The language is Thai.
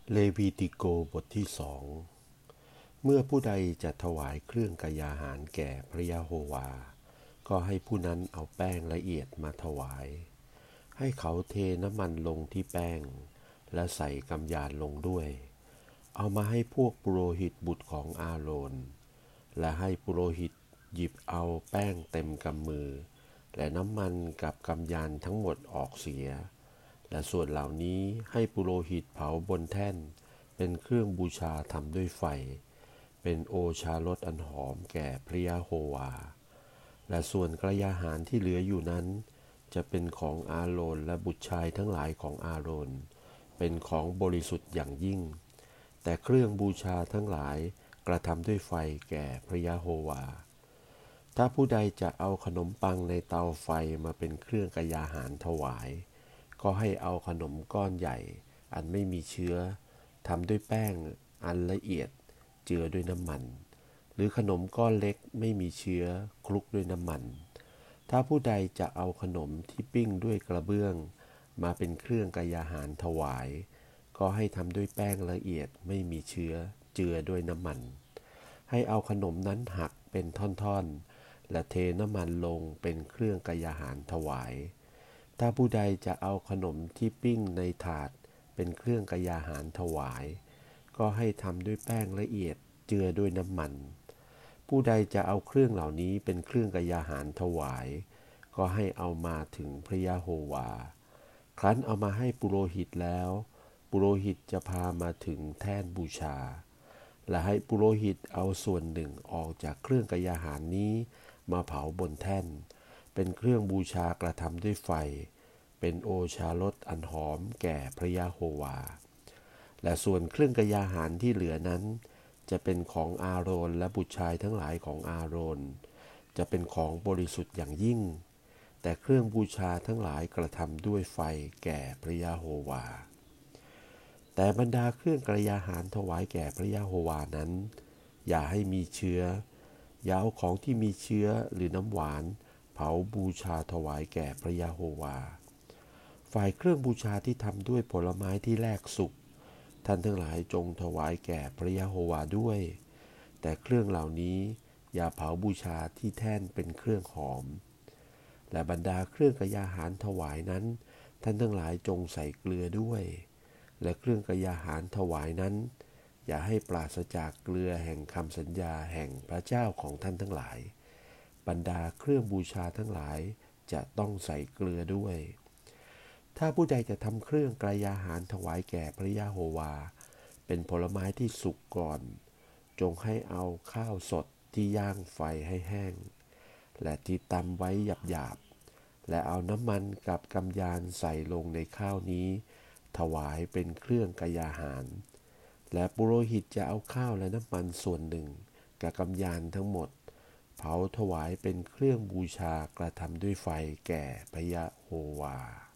เลวีติโกบทที่สองเมื่อผู้ใดจะถวายเครื่องกายาหารแก่พระยะโฮวาก็ให้ผู้นั้นเอาแป้งละเอียดมาถวายให้เขาเทน้ำมันลงที่แป้งและใส่กำยานลงด้วยเอามาให้พวกปุโรหิตบุตรของอาโรนและให้ปุโรหิตหยิบเอาแป้งเต็มกำมือและน้ำมันกับกำยานทั้งหมดออกเสียและส่วนเหล่านี้ให้ปุโรหิตเผาบนแท่นเป็นเครื่องบูชาทำด้วยไฟเป็นโอชารสอันหอมแก่พระยะโฮวาและส่วนกระยาหารที่เหลืออยู่นั้นจะเป็นของอาโรนและบุตรชายทั้งหลายของอาโรนเป็นของบริสุทธิ์อย่างยิ่งแต่เครื่องบูชาทั้งหลายกระทำด้วยไฟแก่พระยะโฮวาถ้าผู้ใดจะเอาขนมปังในเตาไฟมาเป็นเครื่องกายาหารถวายก็ให้เอาขนมก้อนใหญ่อันไม่มีเชื้อทำด้วยแป้งอันละเอียดเจือด้วยน้ำมันหรือขนมก้อนเล็กไม่มีเชื้อคลุกด้วยน้ำมันถ้าผู้ใดจะเอาขนมที่ปิ้งด้วยกระเบื้องมาเป็นเครื่องกายาหารถวายก็ให้ทำด้วยแป้งละเอียดไม่มีเชื้อเจือด้วยน้ำมันให้เอาขนมนั้นหักเป็นท่อนๆและเทน้ำมันลงเป็นเครื่องกายาหารถวายถ้าผู้ใดจะเอาขนมที่ปิ้งในถาดเป็นเครื่องกายาหารถวายก็ให้ทำด้วยแป้งละเอียดเจือด้วยน้ำมันผู้ใดจะเอาเครื่องเหล่านี้เป็นเครื่องกายาหารถวายก็ให้เอามาถึงพระยะโฮวาครั้นเอามาให้ปุโรหิตแล้วปุโรหิตจะพามาถึงแท่นบูชาและให้ปุโรหิตเอาส่วนหนึ่งออกจากเครื่องกายาหารนี้มาเผาบนแท่นเป็นเครื่องบูชากระทำด้วยไฟเป็นโอชารสอันหอมแก่พระยะโฮวาและส่วนเครื่องกายาหารที่เหลือนั้นจะเป็นของอาโรนและบุตรชายทั้งหลายของอาโรนจะเป็นของบริสุทธิ์อย่างยิ่งแต่เครื่องบูชาทั้งหลายกระทำด้วยไฟแก่พระยะโฮวาแต่บรรดาเครื่องกายาหารถวายแก่พระยะโฮวานั้นอย่าให้มีเชื้ออย่าเอาของที่มีเชื้อหรือน้ำหวานเผาบูชาถวายแก่พระยะโฮวาฝ่ายเครื่องบูชาที่ทำด้วยผลไม้ที่แลกสุกท่านทั้งหลายจงถวายแก่พระยะโฮวาด้วยแต่เครื่องเหล่านี้อย่าเผาบูชาที่แท่นเป็นเครื่องหอมและบรรดาเครื่องกายาหารถวายนั้นท่านทั้งหลายจงใส่เกลือด้วยและเครื่องกายาหารถวายนั้นอย่าให้ปราศจากเกลือแห่งคำสัญญาแห่งพระเจ้าของท่านทั้งหลายบรรดาเครื่องบูชาทั้งหลายจะต้องใส่เกลือด้วยถ้าผู้ใดจะทำเครื่องกายาหารถวายแก่พระยะโฮวาเป็นผลไม้ที่สุกก่อนจงให้เอาข้าวสดที่ย่างไฟให้แห้งและที่ตำไว้หยาบๆและเอาน้ำมันกับกำยานใส่ลงในข้าวนี้ถวายเป็นเครื่องกายาหารและปุโรหิตจะเอาข้าวและน้ำมันส่วนหนึ่งกับกำยานทั้งหมดเผาถวายเป็นเครื่องบูชากระทำด้วยไฟแก่พระยะโฮวา